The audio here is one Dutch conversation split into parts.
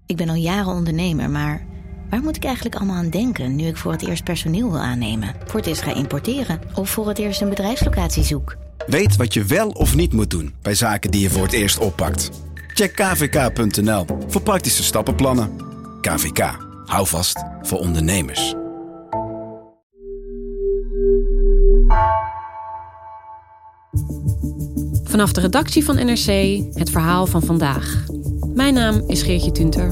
Ik ben al jaren ondernemer, maar waar moet ik eigenlijk allemaal aan denken nu ik voor het eerst personeel wil aannemen, voor het eerst ga importeren of voor het eerst een bedrijfslocatie zoek? Weet wat je wel of niet moet doen bij zaken die je voor het eerst oppakt. Check kvk.nl voor praktische stappenplannen. KVK. Hou vast voor ondernemers. Vanaf de redactie van NRC het verhaal van vandaag. Mijn naam is Geertje Tunter.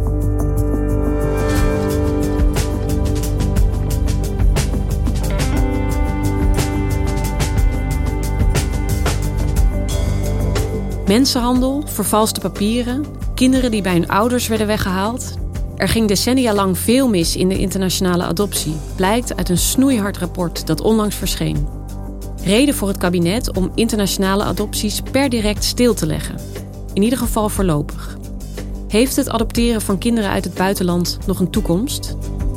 Mensenhandel, vervalste papieren, kinderen die bij hun ouders werden weggehaald. Er ging decennia lang veel mis in de internationale adoptie, blijkt uit een snoeihard rapport dat onlangs verscheen. Reden voor het kabinet om internationale adopties per direct stil te leggen. In ieder geval voorlopig. Heeft het adopteren van kinderen uit het buitenland nog een toekomst?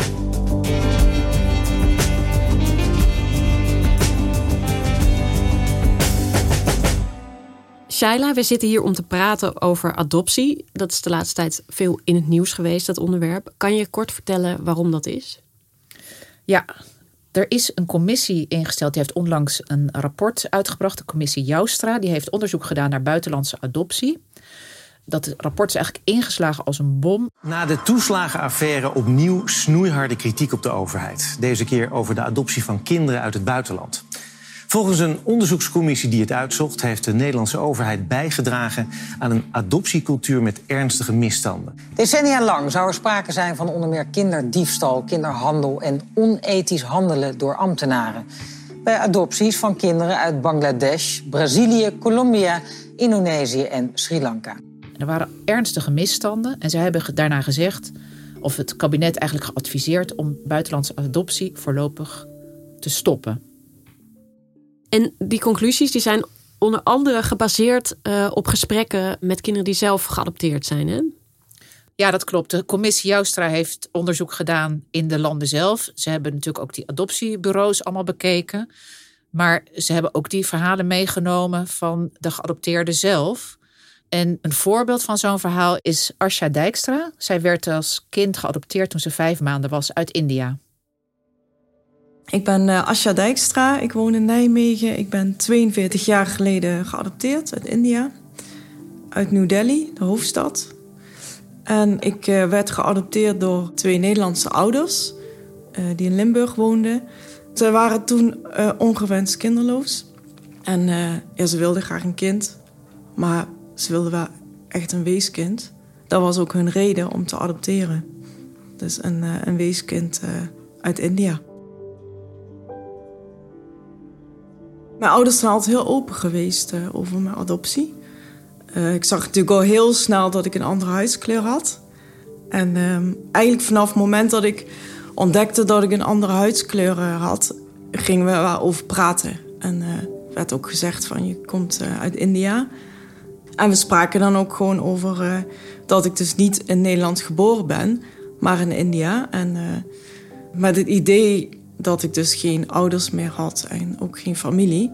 Shaila, we zitten hier om te praten over adoptie. Dat is de laatste tijd veel in het nieuws geweest, dat onderwerp. Kan je kort vertellen waarom dat is? Ja, er is een commissie ingesteld. Die heeft onlangs een rapport uitgebracht. De commissie Joustra. Die heeft onderzoek gedaan naar buitenlandse adoptie. Dat rapport is eigenlijk ingeslagen als een bom. Na de toeslagenaffaire opnieuw snoeiharde kritiek op de overheid. Deze keer over de adoptie van kinderen uit het buitenland. Volgens een onderzoekscommissie die het uitzocht, heeft de Nederlandse overheid bijgedragen aan een adoptiecultuur met ernstige misstanden. Decennia lang zou er sprake zijn van onder meer kinderdiefstal, kinderhandel en onethisch handelen door ambtenaren. Bij adopties van kinderen uit Bangladesh, Brazilië, Colombia, Indonesië en Sri Lanka. Er waren ernstige misstanden en ze hebben daarna gezegd, of het kabinet eigenlijk geadviseerd, om buitenlandse adoptie voorlopig te stoppen. En die conclusies die zijn onder andere gebaseerd op gesprekken met kinderen die zelf geadopteerd zijn, hè? Ja, dat klopt. De commissie Joustra heeft onderzoek gedaan in de landen zelf. Ze hebben natuurlijk ook die adoptiebureaus allemaal bekeken. Maar ze hebben ook die verhalen meegenomen van de geadopteerden zelf. En een voorbeeld van zo'n verhaal is Asha Dijkstra. Zij werd als kind geadopteerd toen ze 5 maanden was uit India. Ik ben Asha Dijkstra, ik woon in Nijmegen. Ik ben 42 jaar geleden geadopteerd uit India. Uit New Delhi, de hoofdstad. En ik werd geadopteerd door 2 Nederlandse ouders die in Limburg woonden. Zij waren toen ongewenst kinderloos. En ze wilden graag een kind, maar ze wilden wel echt een weeskind. Dat was ook hun reden om te adopteren. Dus een weeskind uit India. Mijn ouders zijn altijd heel open geweest over mijn adoptie. Ik zag natuurlijk al heel snel dat ik een andere huidskleur had. En eigenlijk vanaf het moment dat ik ontdekte dat ik een andere huidskleur had, gingen we wel over praten. En werd ook gezegd van je komt uit India. En we spraken dan ook gewoon over dat ik dus niet in Nederland geboren ben, maar in India. En met het idee dat ik dus geen ouders meer had en ook geen familie.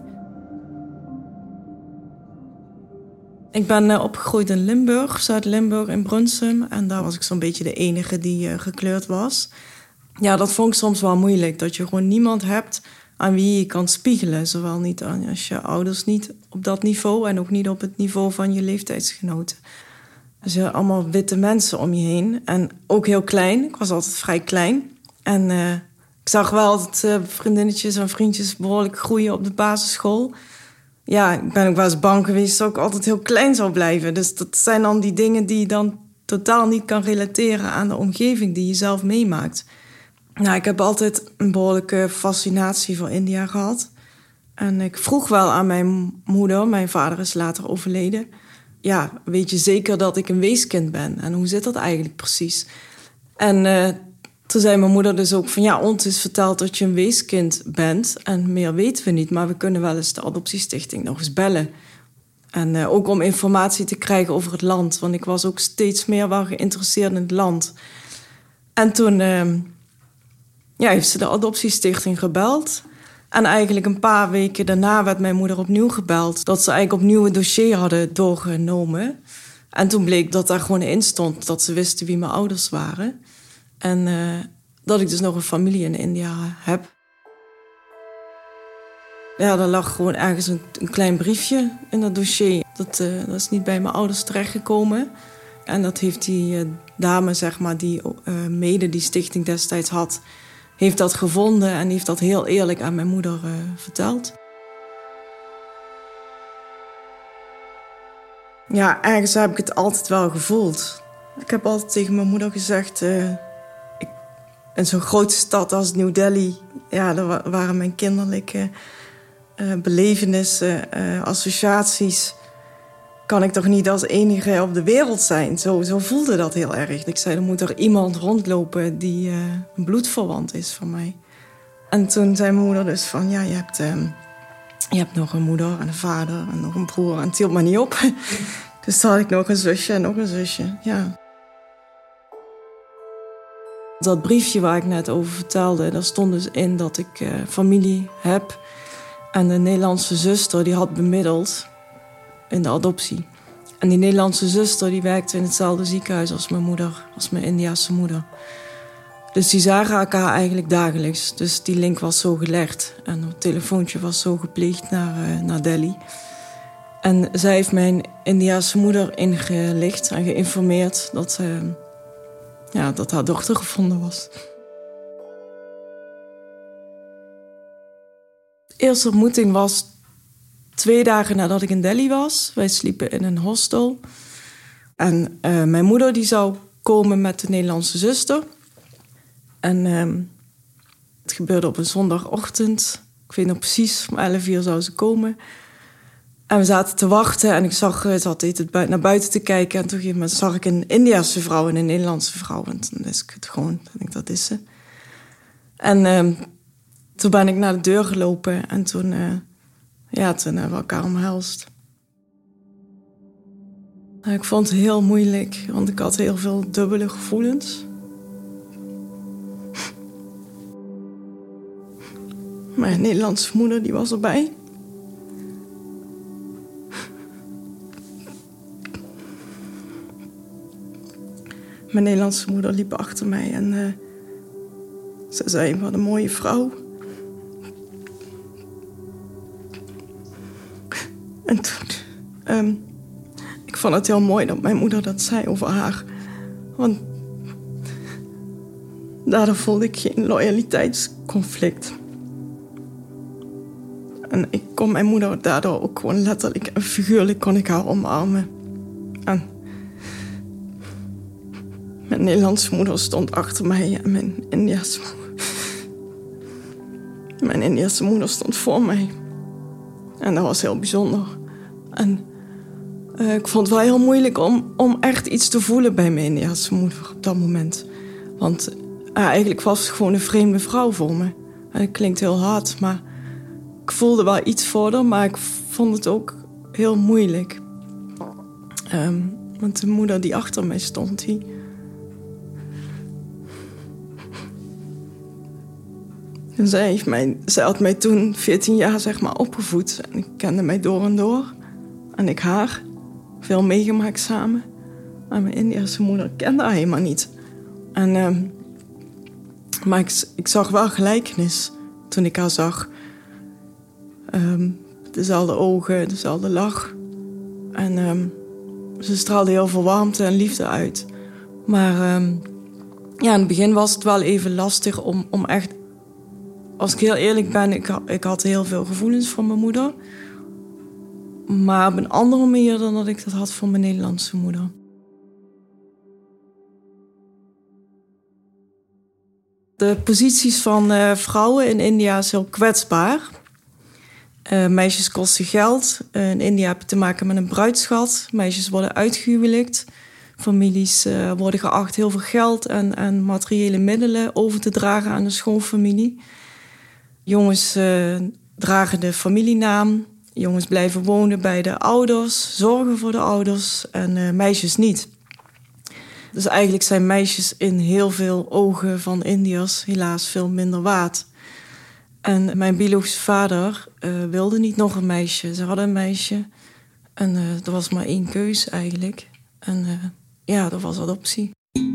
Ik ben opgegroeid in Limburg, Zuid-Limburg, in Brunsum. En daar was ik zo'n beetje de enige die gekleurd was. Ja, dat vond ik soms wel moeilijk. Dat je gewoon niemand hebt aan wie je kan spiegelen. Zowel niet als je ouders niet op dat niveau en ook niet op het niveau van je leeftijdsgenoten. Dus allemaal witte mensen om je heen. En ook heel klein. Ik was altijd vrij klein. En ik zag wel dat vriendinnetjes en vriendjes behoorlijk groeien op de basisschool. Ja, ik ben ook wel eens bang geweest dat ik altijd heel klein zou blijven. Dus dat zijn dan die dingen die je dan totaal niet kan relateren aan de omgeving die je zelf meemaakt. Nou, ik heb altijd een behoorlijke fascinatie voor India gehad. En ik vroeg wel aan mijn moeder, mijn vader is later overleden. Ja, weet je zeker dat ik een weeskind ben? En hoe zit dat eigenlijk precies? En toen zei mijn moeder dus ook van ja, ons is verteld dat je een weeskind bent. En meer weten we niet, maar we kunnen wel eens de adoptiestichting nog eens bellen. En ook om informatie te krijgen over het land. Want ik was ook steeds meer wel geïnteresseerd in het land. En toen heeft ze de adoptiestichting gebeld. En eigenlijk een paar weken daarna werd mijn moeder opnieuw gebeld. Dat ze eigenlijk opnieuw het dossier hadden doorgenomen. En toen bleek dat daar gewoon in stond dat ze wisten wie mijn ouders waren. En dat ik dus nog een familie in India heb. Ja, er lag gewoon ergens een klein briefje in dat dossier. Dat is niet bij mijn ouders terechtgekomen. En dat heeft die dame, zeg maar, die mede die stichting destijds had, heeft dat gevonden en heeft dat heel eerlijk aan mijn moeder verteld. Ja, ergens heb ik het altijd wel gevoeld. Ik heb altijd tegen mijn moeder gezegd, in zo'n grote stad als New Delhi, ja, daar waren mijn kinderlijke belevenissen, associaties, kan ik toch niet als enige op de wereld zijn? Zo voelde dat heel erg. Ik zei, er moet er iemand rondlopen die een bloedverwant is van mij. En toen zei mijn moeder dus van, ja, je hebt nog een moeder en een vader en nog een broer. En het hield maar niet op. Dus toen had ik nog een zusje en nog een zusje, ja. Dat briefje waar ik net over vertelde, daar stond dus in dat ik familie heb. En de Nederlandse zuster die had bemiddeld in de adoptie. En die Nederlandse zuster die werkte in hetzelfde ziekenhuis als mijn moeder, als mijn Indiase moeder. Dus die zagen elkaar eigenlijk dagelijks. Dus die link was zo gelegd. En het telefoontje was zo gepleegd naar Delhi. En zij heeft mijn Indiase moeder ingelicht en geïnformeerd dat haar dochter gevonden was. De eerste ontmoeting was 2 dagen nadat ik in Delhi was. Wij sliepen in een hostel. En mijn moeder die zou komen met de Nederlandse zuster. En het gebeurde op een zondagochtend. Ik weet nog precies, om 11:00 zou ze komen. En we zaten te wachten en ik zag, ze had naar buiten te kijken. En op een gegeven moment zag ik een Indiase vrouw en een Nederlandse vrouw. En toen wist ik het gewoon, ik denk, dat is ze. En toen ben ik naar de deur gelopen en toen hebben we elkaar omhelst. Ik vond het heel moeilijk, want ik had heel veel dubbele gevoelens. Mijn Nederlandse moeder die was erbij. Mijn Nederlandse moeder liep achter mij en ze zei, wat een mooie vrouw. En toen, ik vond het heel mooi dat mijn moeder dat zei over haar. Want daardoor voelde ik geen loyaliteitsconflict. En ik kon mijn moeder daardoor ook gewoon letterlijk en figuurlijk kon ik haar omarmen. En mijn Nederlandse moeder stond achter mij en mijn Indiase moeder stond voor mij. En dat was heel bijzonder. En ik vond het wel heel moeilijk om echt iets te voelen bij mijn Indiase moeder op dat moment. Want eigenlijk was het gewoon een vreemde vrouw voor me. En het klinkt heel hard, maar ik voelde wel iets voor haar, maar ik vond het ook heel moeilijk. Want de moeder die achter mij stond, en zij had mij toen 14 jaar zeg maar opgevoed. En ik kende mij door en door. En ik haar. Veel meegemaakt samen. Maar mijn Indiase moeder kende haar helemaal niet. Maar ik zag wel gelijkenis toen ik haar zag. Dezelfde ogen, dezelfde lach. En ze straalde heel veel warmte en liefde uit. Maar in het begin was het wel even lastig om echt... Als ik heel eerlijk ben, ik had heel veel gevoelens voor mijn moeder. Maar op een andere manier dan dat ik dat had voor mijn Nederlandse moeder. De posities van vrouwen in India is heel kwetsbaar. Meisjes kosten geld. In India heb je te maken met een bruidsschat. Meisjes worden uitgehuwelijkt. Families worden geacht heel veel geld en materiële middelen over te dragen aan de schoonfamilie. Jongens dragen de familienaam. Jongens blijven wonen bij de ouders, zorgen voor de ouders en meisjes niet. Dus eigenlijk zijn meisjes in heel veel ogen van Indiërs helaas veel minder waard. En mijn biologische vader wilde niet nog een meisje. Ze hadden een meisje en er was maar 1 keus eigenlijk. En dat was adoptie.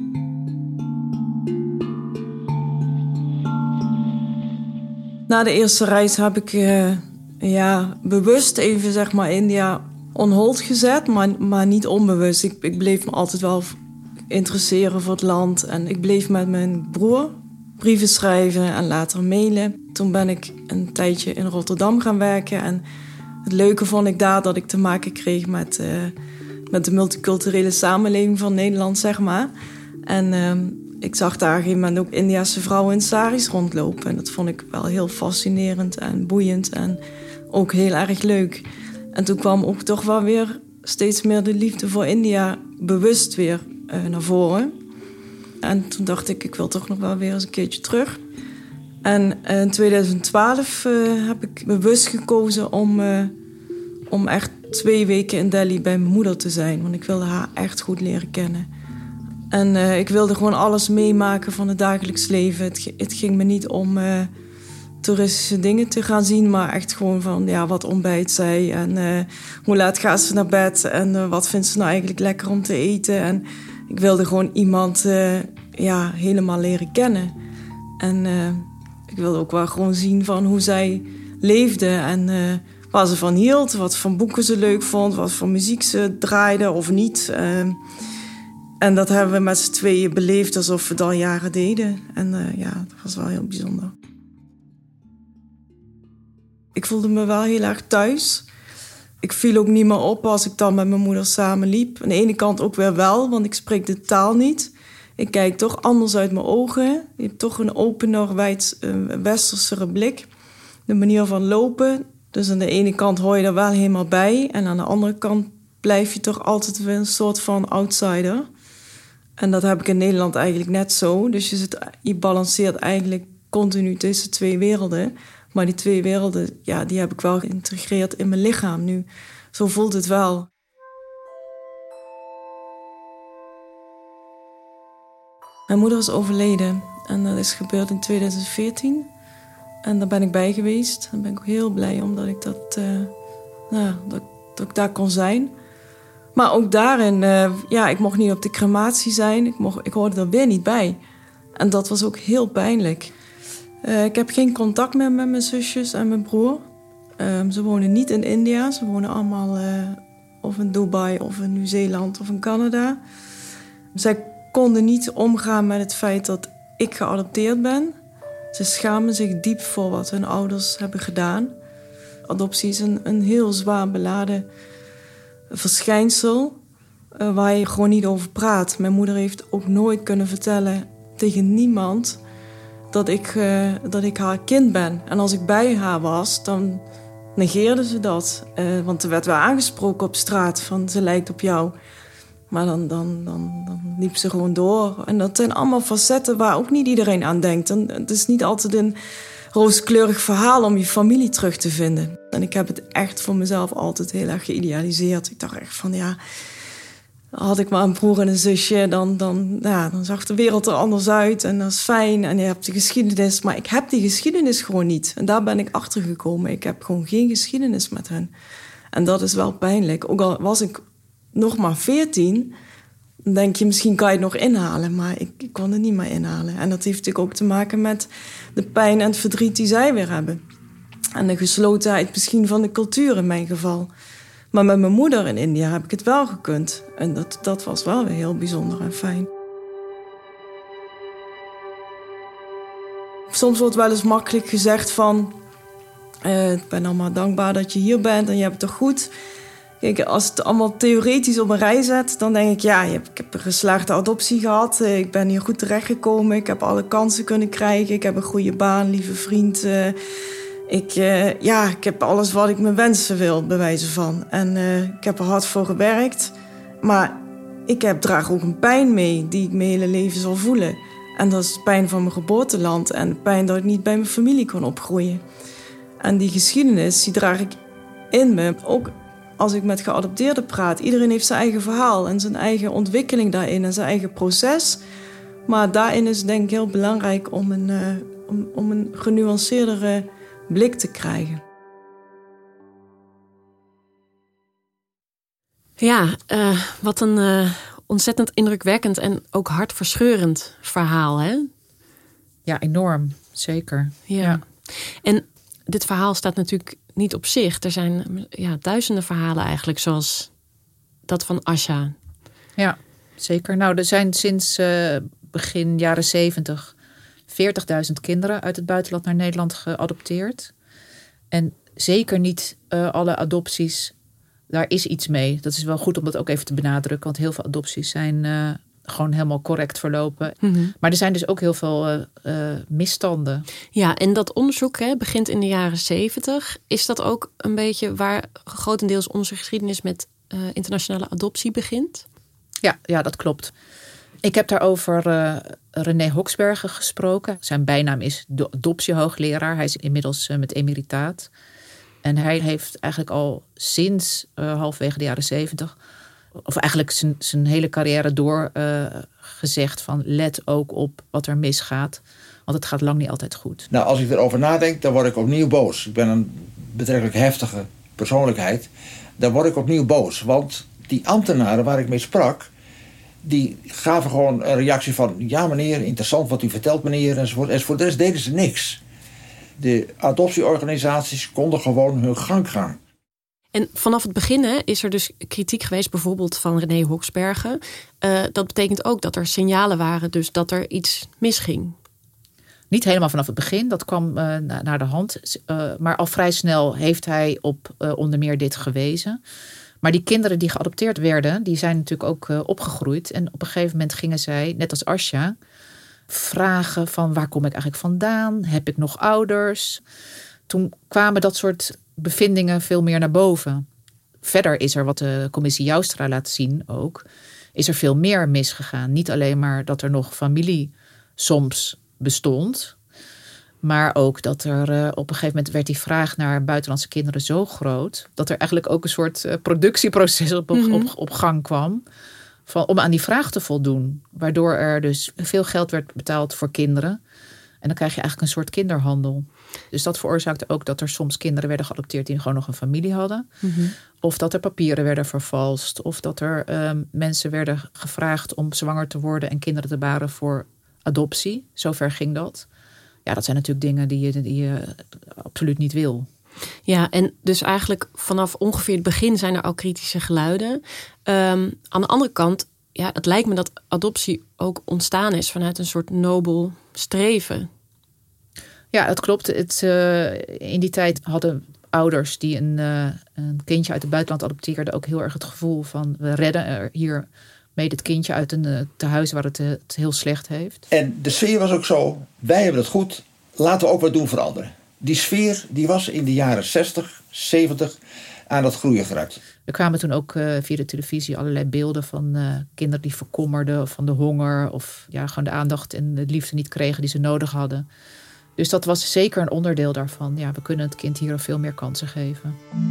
Na de eerste reis heb ik bewust even zeg maar India on hold gezet, maar niet onbewust. Ik bleef me altijd wel interesseren voor het land. En ik bleef met mijn broer brieven schrijven en later mailen. Toen ben ik een tijdje in Rotterdam gaan werken. En het leuke vond ik daar dat ik te maken kreeg met de multiculturele samenleving van Nederland, zeg maar. En ik zag daar op een gegeven moment ook Indiase vrouwen in saris rondlopen. En dat vond ik wel heel fascinerend en boeiend en ook heel erg leuk. En toen kwam ook toch wel weer steeds meer de liefde voor India bewust weer naar voren. En toen dacht ik wil toch nog wel weer eens een keertje terug. En in 2012 heb ik bewust gekozen om echt 2 weken in Delhi bij mijn moeder te zijn. Want ik wilde haar echt goed leren kennen. En ik wilde gewoon alles meemaken van het dagelijks leven. Het ging me niet om toeristische dingen te gaan zien, maar echt gewoon van wat ontbijt zij en hoe laat gaat ze naar bed en wat vindt ze nou eigenlijk lekker om te eten. En ik wilde gewoon iemand helemaal leren kennen. En ik wilde ook wel gewoon zien van hoe zij leefde en waar ze van hield, wat voor boeken ze leuk vond, wat voor muziek ze draaide of niet. En dat hebben we met z'n tweeën beleefd alsof we het al jaren deden. En dat was wel heel bijzonder. Ik voelde me wel heel erg thuis. Ik viel ook niet meer op als ik dan met mijn moeder samen liep. Aan de ene kant ook weer wel, want ik spreek de taal niet. Ik kijk toch anders uit mijn ogen. Je hebt toch een opener, westersere blik. De manier van lopen. Dus aan de ene kant hoor je er wel helemaal bij. En aan de andere kant blijf je toch altijd weer een soort van outsider. En dat heb ik in Nederland eigenlijk net zo. Dus je balanceert eigenlijk continu tussen 2 werelden. Maar die 2 werelden, die heb ik wel geïntegreerd in mijn lichaam nu. Zo voelt het wel. Mijn moeder is overleden. En dat is gebeurd in 2014. En daar ben ik bij geweest. Daar ben ik ook heel blij omdat ik dat ik daar kon zijn. Maar ook daarin, ik mocht niet op de crematie zijn. Ik hoorde er weer niet bij. En dat was ook heel pijnlijk. Ik heb geen contact meer met mijn zusjes en mijn broer. Ze wonen niet in India. Ze wonen allemaal of in Dubai of in Nieuw-Zeeland of in Canada. Zij konden niet omgaan met het feit dat ik geadopteerd ben. Ze schamen zich diep voor wat hun ouders hebben gedaan. Adoptie is een heel zwaar beladen verschijnsel waar je gewoon niet over praat. Mijn moeder heeft ook nooit kunnen vertellen tegen niemand dat ik haar kind ben. En als ik bij haar was, dan negeerde ze dat. Want er werd wel aangesproken op straat van ze lijkt op jou. Maar dan liep ze gewoon door. En dat zijn allemaal facetten waar ook niet iedereen aan denkt. En het is niet altijd een rooskleurig verhaal om je familie terug te vinden. En ik heb het echt voor mezelf altijd heel erg geïdealiseerd. Ik dacht echt van had ik maar een broer en een zusje, dan zag de wereld er anders uit. En dat is fijn. En je hebt de geschiedenis. Maar ik heb die geschiedenis gewoon niet. En daar ben ik achter gekomen. Ik heb gewoon geen geschiedenis met hen. En dat is wel pijnlijk. Ook al was ik nog maar 14, dan denk je misschien kan je het nog inhalen. Maar ik kon het niet meer inhalen. En dat heeft natuurlijk ook te maken met de pijn en het verdriet die zij weer hebben. En de geslotenheid misschien van de cultuur in mijn geval. Maar met mijn moeder in India heb ik het wel gekund. En dat was wel weer heel bijzonder en fijn. Soms wordt wel eens makkelijk gezegd van ik ben allemaal dankbaar dat je hier bent en je hebt het toch goed. Kijk, als het allemaal theoretisch op een rij zet, dan denk ik ik heb een geslaagde adoptie gehad. Ik ben hier goed terechtgekomen. Ik heb alle kansen kunnen krijgen. Ik heb een goede baan, lieve vriend. Ik heb alles wat ik me wensen wil, bij wijze van. En ik heb er hard voor gewerkt. Maar ik draag ook een pijn mee die ik mijn hele leven zal voelen. En dat is de pijn van mijn geboorteland en de pijn dat ik niet bij mijn familie kon opgroeien. En die geschiedenis, die draag ik in me. Ook als ik met geadopteerden praat. Iedereen heeft zijn eigen verhaal en zijn eigen ontwikkeling daarin en zijn eigen proces. Maar daarin is het denk ik heel belangrijk om een genuanceerdere blik te krijgen. Ja, wat een ontzettend indrukwekkend en ook hartverscheurend verhaal, hè? Ja, enorm. Zeker. Ja. En dit verhaal staat natuurlijk niet op zich. Er zijn duizenden verhalen eigenlijk, zoals dat van Asja. Ja, zeker. Nou, er zijn sinds begin jaren 70 40.000 kinderen uit het buitenland naar Nederland geadopteerd. En zeker niet alle adopties, daar is iets mee. Dat is wel goed om dat ook even te benadrukken. Want heel veel adopties zijn gewoon helemaal correct verlopen. Mm-hmm. Maar er zijn dus ook heel veel misstanden. Ja, en dat onderzoek begint in de jaren 70. Is dat ook een beetje waar grotendeels onze geschiedenis met internationale adoptie begint? Ja, dat klopt. Ik heb daarover René Hoksbergen gesproken. Zijn bijnaam is de adoptiehoogleraar. Hij is inmiddels met emeritaat. En hij heeft eigenlijk al sinds halfwege de jaren 70... of eigenlijk zijn hele carrière door gezegd van let ook op wat er misgaat. Want het gaat lang niet altijd goed. Nou, als ik erover nadenk, dan word ik opnieuw boos. Ik ben een betrekkelijk heftige persoonlijkheid. Dan word ik opnieuw boos. Want die ambtenaren waar ik mee sprak, die gaven gewoon een reactie van ja meneer, interessant wat u vertelt meneer, enzovoort. En voor de rest deden ze niks. De adoptieorganisaties konden gewoon hun gang gaan. En vanaf het begin is er dus kritiek geweest, bijvoorbeeld van René Hoksbergen. Dat betekent ook dat er signalen waren, dus dat er iets misging. Niet helemaal vanaf het begin, dat kwam naar de hand. Maar al vrij snel heeft hij op onder meer dit gewezen. Maar die kinderen die geadopteerd werden, die zijn natuurlijk ook opgegroeid. En op een gegeven moment gingen zij, net als Asja, vragen van waar kom ik eigenlijk vandaan? Heb ik nog ouders? Toen kwamen dat soort bevindingen veel meer naar boven. Verder is er, wat de commissie Joustra laat zien ook, is er veel meer misgegaan. Niet alleen maar dat er nog familie soms bestond, maar ook dat er op een gegeven moment werd die vraag naar buitenlandse kinderen zo groot, dat er eigenlijk ook een soort productieproces op gang kwam om aan die vraag te voldoen. Waardoor er dus veel geld werd betaald voor kinderen. En dan krijg je eigenlijk een soort kinderhandel. Dus dat veroorzaakte ook dat er soms kinderen werden geadopteerd die gewoon nog een familie hadden. Mm-hmm. Of dat er papieren werden vervalst. Of dat er mensen werden gevraagd om zwanger te worden en kinderen te baren voor adoptie. Zover ging dat. Ja, dat zijn natuurlijk dingen die je absoluut niet wil. Ja, en dus eigenlijk vanaf ongeveer het begin zijn er al kritische geluiden. Aan de andere kant, ja, het lijkt me dat adoptie ook ontstaan is vanuit een soort nobel streven. Ja, dat klopt. In die tijd hadden ouders die een kindje uit het buitenland adopteerden ook heel erg het gevoel van we redden er hier mee dit kindje uit een tehuis waar het heel slecht heeft. En de sfeer was ook zo, wij hebben het goed, laten we ook wat doen voor anderen. Die sfeer die was in de jaren 60, 70 aan het groeien geraakt. Er kwamen toen ook via de televisie allerlei beelden van kinderen die verkommerden of van de honger of ja, gewoon de aandacht en de liefde niet kregen die ze nodig hadden. Dus dat was zeker een onderdeel daarvan. Ja, we kunnen het kind hier veel meer kansen geven.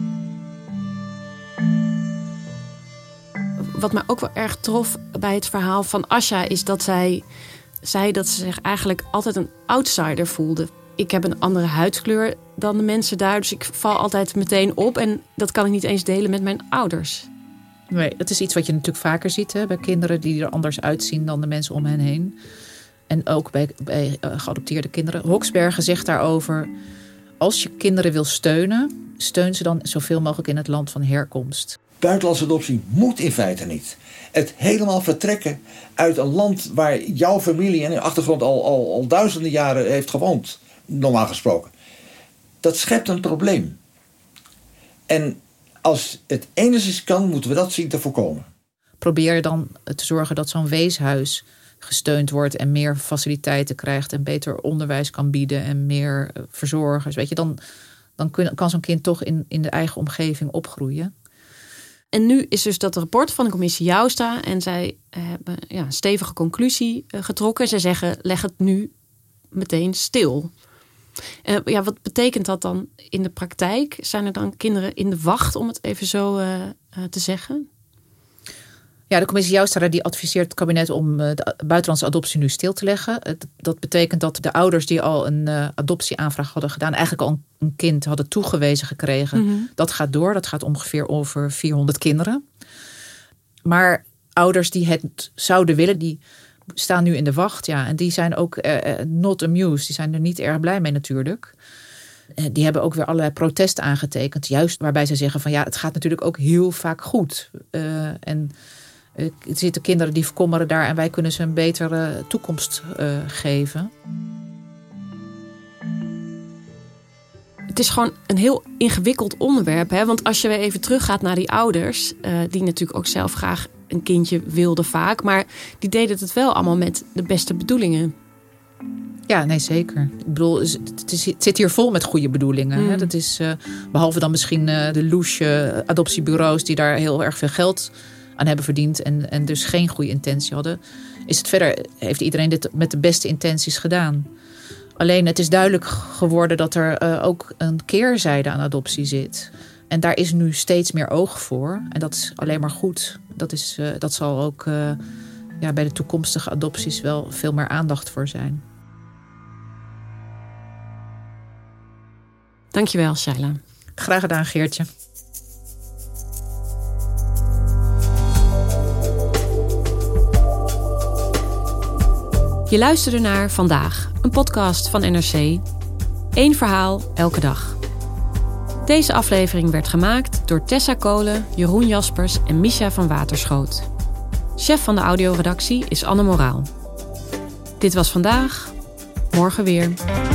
Wat mij ook wel erg trof bij het verhaal van Asja is dat zij zei dat ze zich eigenlijk altijd een outsider voelde. Ik heb een andere huidskleur dan de mensen daar, dus ik val altijd meteen op en dat kan ik niet eens delen met mijn ouders. Nee, dat is iets wat je natuurlijk vaker ziet hè, bij kinderen die er anders uitzien dan de mensen om hen heen. En ook bij geadopteerde kinderen. Hoksbergen zegt daarover, als je kinderen wil steunen, steun ze dan zoveel mogelijk in het land van herkomst. Buitenlandse adoptie moet in feite niet. Het helemaal vertrekken uit een land waar jouw familie en je achtergrond al duizenden jaren heeft gewoond, normaal gesproken. Dat schept een probleem. En als het enigszins kan, moeten we dat zien te voorkomen. Probeer dan te zorgen dat zo'n weeshuis gesteund wordt en meer faciliteiten krijgt en beter onderwijs kan bieden en meer verzorgers. Weet je, dan kan zo'n kind toch in de eigen omgeving opgroeien. En nu is dus dat rapport van de commissie Joustra en zij hebben een stevige conclusie getrokken. Zij zeggen, leg het nu meteen stil. Wat betekent dat dan in de praktijk? Zijn er dan kinderen in de wacht, om het even zo te zeggen? Ja, de commissie Joustra die adviseert het kabinet om de buitenlandse adoptie nu stil te leggen. Dat betekent dat de ouders die al een adoptieaanvraag hadden gedaan, eigenlijk al een kind hadden toegewezen gekregen. Mm-hmm. Dat gaat door. Dat gaat ongeveer over 400 kinderen. Maar ouders die het zouden willen, die staan nu in de wacht. Ja, en die zijn ook not amused. Die zijn er niet erg blij mee natuurlijk. Die hebben ook weer allerlei protesten aangetekend. Juist waarbij ze zeggen van ja, het gaat natuurlijk ook heel vaak goed. En er zitten kinderen die verkommeren daar en wij kunnen ze een betere toekomst geven. Het is gewoon een heel ingewikkeld onderwerp. Hè? Want als je weer even teruggaat naar die ouders, die natuurlijk ook zelf graag een kindje wilden vaak. Maar die deden het wel allemaal met de beste bedoelingen. Ja, nee, zeker. Ik bedoel, het zit hier vol met goede bedoelingen. Hè? Dat is, behalve dan misschien de louche adoptiebureaus die daar heel erg veel geld aan hebben verdiend en dus geen goede intentie hadden. Heeft iedereen dit met de beste intenties gedaan. Alleen het is duidelijk geworden dat er ook een keerzijde aan adoptie zit. En daar is nu steeds meer oog voor. En dat is alleen maar goed. Dat zal ook bij de toekomstige adopties wel veel meer aandacht voor zijn. Dankjewel, Shaila. Graag gedaan, Geertje. Je luisterde naar Vandaag, een podcast van NRC. 1 verhaal, elke dag. Deze aflevering werd gemaakt door Tessa Kolen, Jeroen Jaspers en Misha van Waterschoot. Chef van de audioredactie is Anne Moraal. Dit was Vandaag, morgen weer.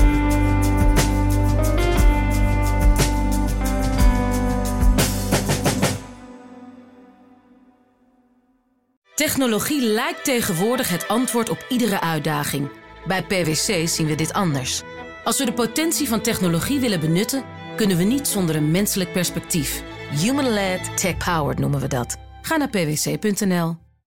Technologie lijkt tegenwoordig het antwoord op iedere uitdaging. Bij PwC zien we dit anders. Als we de potentie van technologie willen benutten, kunnen we niet zonder een menselijk perspectief. Human-led, tech-powered noemen we dat. Ga naar pwc.nl.